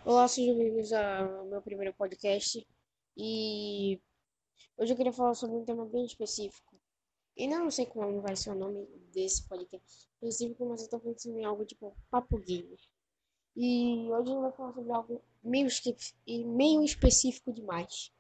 Olá, sejam bem-vindos ao meu primeiro podcast. E hoje eu queria falar sobre um tema bem específico. E não sei como vai ser o nome desse podcast específico, mas eu tô pensando em algo tipo papo gamer. E hoje a gente vai falar sobre algo meio específico demais,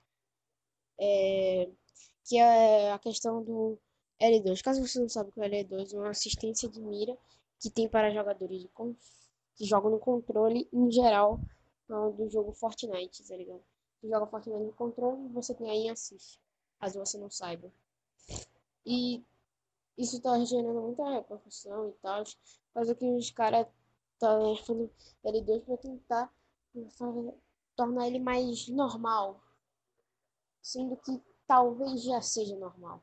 que é a questão do L2. Caso você não saiba o que é o L2, é uma assistência de mira que tem para jogadores que jogam no controle em geral do jogo Fortnite, tá ligado? Tu joga Fortnite no controle e você tem aí assiste, caso você não saiba. E isso tá gerando muita repercussão e tal, mas que os caras tá nerfando L2 pra tentar tornar ele mais normal, sendo que talvez já seja normal.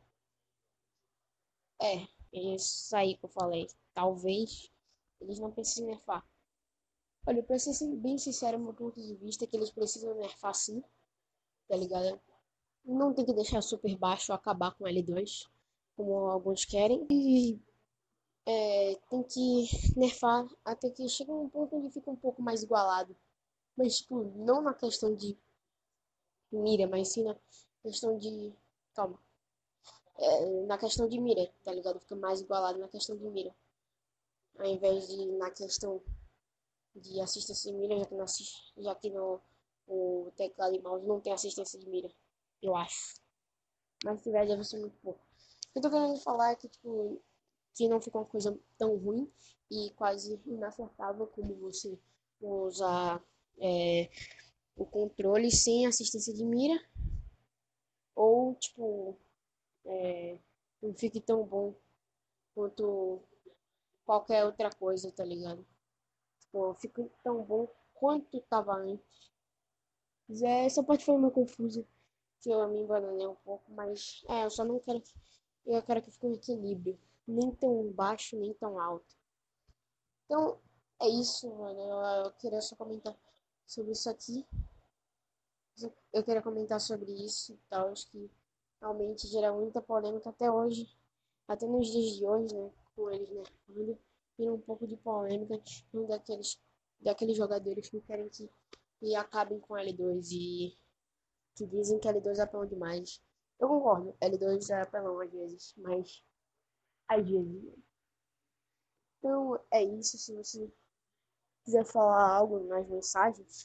É isso aí que eu falei. Talvez eles não precisem nerfar. Olha, pra ser bem sincero, meu ponto de vista é que eles precisam nerfar sim, tá ligado? Não tem que deixar super baixo ou acabar com L2, como alguns querem. E tem que nerfar até que chega um ponto onde fica um pouco mais igualado. Mas, tipo, não na questão de mira, mas sim na questão de. Calma. Na questão de mira, tá ligado? Fica mais igualado na questão de mira. Ao invés de na questão de assistência de mira, já que no o teclado e mouse não tem assistência de mira, eu acho. Mas se tiver, deve ser muito pouco. O que eu tô querendo falar é que, tipo, que não fica uma coisa tão ruim e quase inacertável como você usar é, o controle sem assistência de mira, ou, tipo, não fique tão bom quanto qualquer outra coisa, tá ligado? Tipo, fica tão bom quanto tava antes. Mas essa parte foi meio confusa, que eu me embananei um pouco, mas eu só não quero. Eu quero que fique um equilíbrio. Nem tão baixo, nem tão alto. Então, é isso, mano. Eu queria só comentar sobre isso aqui. Eu queria comentar sobre isso e tal, acho que realmente gera muita polêmica até hoje, até nos dias de hoje, né? Com eles nerfando, vira um pouco de polêmica um daqueles jogadores que querem que acabem com L2 e que dizem que L2 é apelão demais. Eu concordo, L2 é apelão às vezes, mas às vezes. Então é isso, se você quiser falar algo nas mensagens,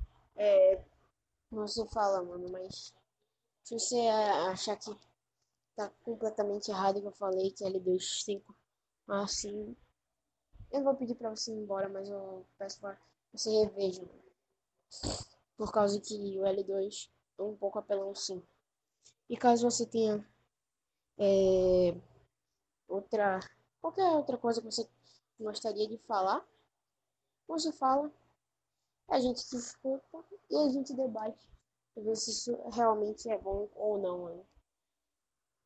você fala, mano, mas se você achar que tá completamente errado o que eu falei, que L2.5, assim, eu vou pedir pra você ir embora, mas eu peço pra você reveja, mano, por causa que o L2 é um pouco apelão sim. E caso você tenha é, outra, qualquer outra coisa que você gostaria de falar, você fala, a gente discuta e a gente debate, pra ver se isso realmente é bom ou não, mano.